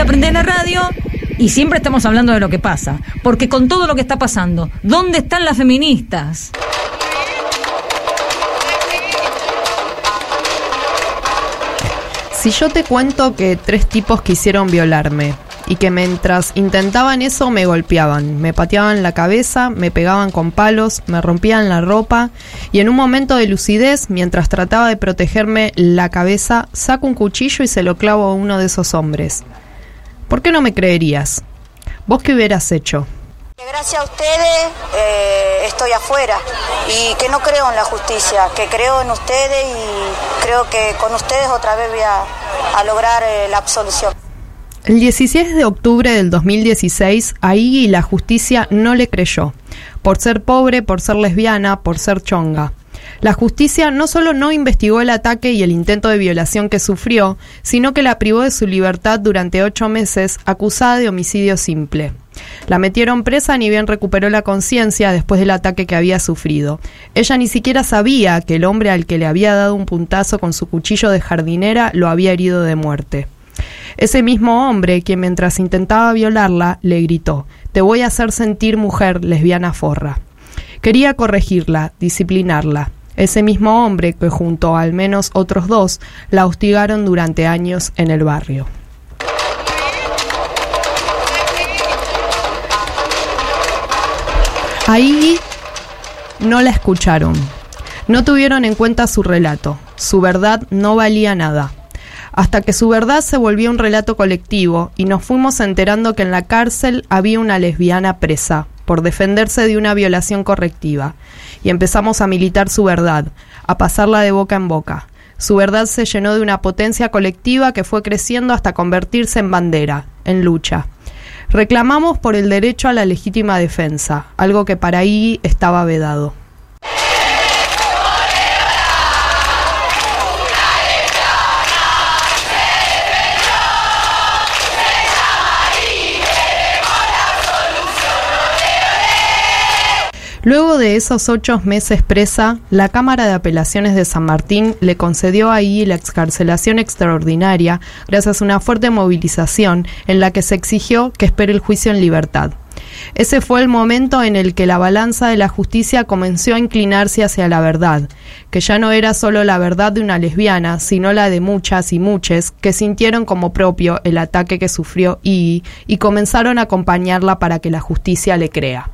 prendés la radio y siempre estamos hablando de lo que pasa. Porque con todo lo que está pasando, ¿dónde están las feministas? Si yo te cuento que 3 tipos quisieron violarme y que mientras intentaban eso me golpeaban, me pateaban la cabeza, me pegaban con palos, me rompían la ropa y en un momento de lucidez, mientras trataba de protegerme la cabeza, saco un cuchillo y se lo clavo a uno de esos hombres. ¿Por qué no me creerías? ¿Vos qué hubieras hecho? Gracias a ustedes estoy afuera y que no creo en la justicia, que creo en ustedes y creo que con ustedes otra vez voy a lograr la absolución. El 16 de octubre del 2016, a Iggy la justicia no le creyó, por ser pobre, por ser lesbiana, por ser chonga. La justicia no solo no investigó el ataque y el intento de violación que sufrió, sino que la privó de su libertad durante 8 meses, acusada de homicidio simple. La metieron presa ni bien recuperó la conciencia después del ataque que había sufrido. Ella ni siquiera sabía que el hombre al que le había dado un puntazo con su cuchillo de jardinera lo había herido de muerte. Ese mismo hombre, quien mientras intentaba violarla, le gritó: «Te voy a hacer sentir mujer, lesbiana forra». Quería corregirla, disciplinarla. Ese mismo hombre que junto a al menos otros 2 la hostigaron durante años en el barrio. A Iggy no la escucharon. No tuvieron en cuenta su relato. Su verdad no valía nada. Hasta que su verdad se volvió un relato colectivo y nos fuimos enterando que en la cárcel había una lesbiana presa por defenderse de una violación correctiva. Y empezamos a militar su verdad, a pasarla de boca en boca. Su verdad se llenó de una potencia colectiva que fue creciendo hasta convertirse en bandera, en lucha. Reclamamos por el derecho a la legítima defensa, algo que para Iggy estaba vedado. Luego de esos 8 meses presa, la Cámara de Apelaciones de San Martín le concedió a Iggy la excarcelación extraordinaria gracias a una fuerte movilización en la que se exigió que espere el juicio en libertad. Ese fue el momento en el que la balanza de la justicia comenzó a inclinarse hacia la verdad, que ya no era solo la verdad de una lesbiana, sino la de muchas y muchos que sintieron como propio el ataque que sufrió Iggy y comenzaron a acompañarla para que la justicia le crea.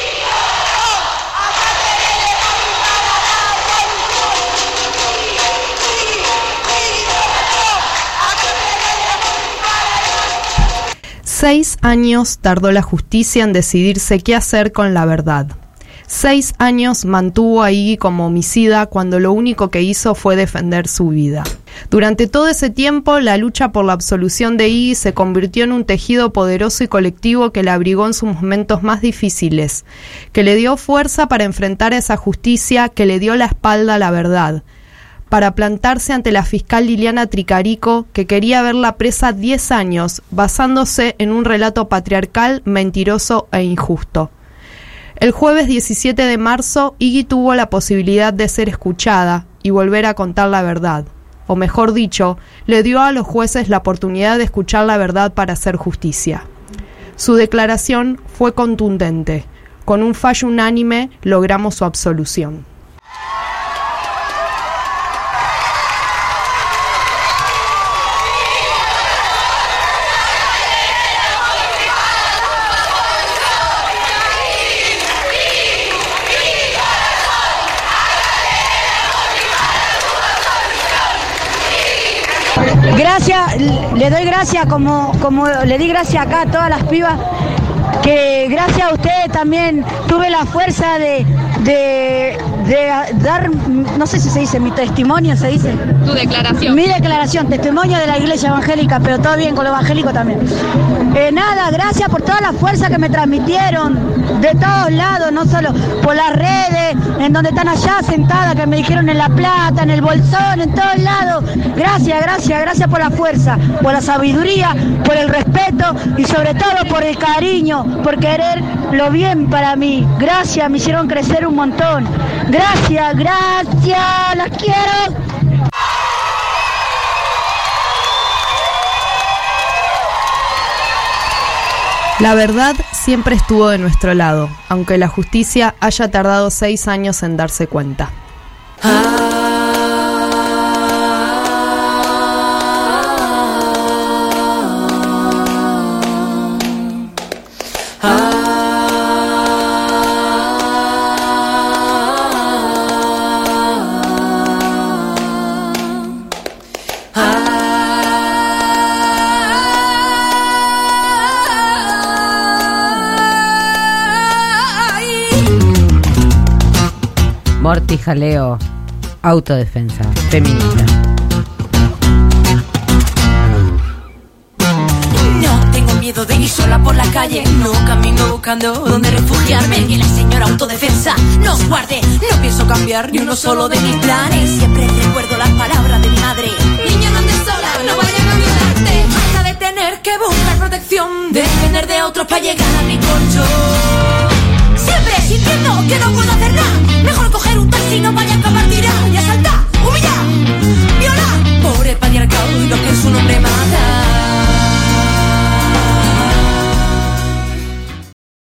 Seis años tardó la justicia en decidirse qué hacer con la verdad. 6 años mantuvo a Iggy como homicida cuando lo único que hizo fue defender su vida. Durante todo ese tiempo, la lucha por la absolución de Iggy se convirtió en un tejido poderoso y colectivo que la abrigó en sus momentos más difíciles, que le dio fuerza para enfrentar a esa justicia, que le dio la espalda a la verdad, para plantarse ante la fiscal Liliana Tricarico, que quería verla presa 10 años, basándose en un relato patriarcal, mentiroso e injusto. El jueves 17 de marzo, Iggy tuvo la posibilidad de ser escuchada y volver a contar la verdad. O mejor dicho, le dio a los jueces la oportunidad de escuchar la verdad para hacer justicia. Su declaración fue contundente. Con un fallo unánime logramos su absolución. Gracias, le doy gracias como le di gracias acá a todas las pibas, que gracias a ustedes también tuve la fuerza de dar, no sé si se dice, mi testimonio, se dice. Tu declaración. Mi declaración, testimonio de la iglesia evangélica, pero todo bien con lo evangélico también. Nada, gracias por toda la fuerza que me transmitieron de todos lados, no solo por las redes, en donde están allá sentadas, que me dijeron en La Plata, en el Bolsón, en todos lados. Gracias por la fuerza, por la sabiduría, por el respeto y sobre todo por el cariño, por querer lo bien para mí. Gracias, me hicieron crecer un montón. Gracias, las quiero. La verdad siempre estuvo de nuestro lado, aunque la justicia haya tardado 6 años en darse cuenta. Morty Jaleo, autodefensa feminista. No tengo miedo de ir sola por la calle, no camino buscando donde refugiarme. Que la señora autodefensa nos guarde. No pienso cambiar ni uno solo de mis planes. Siempre recuerdo las palabras de mi madre: niña, no andes sola, no vayan a violarte. Basta de tener que buscar protección, depender de otros para llegar a mi colchón.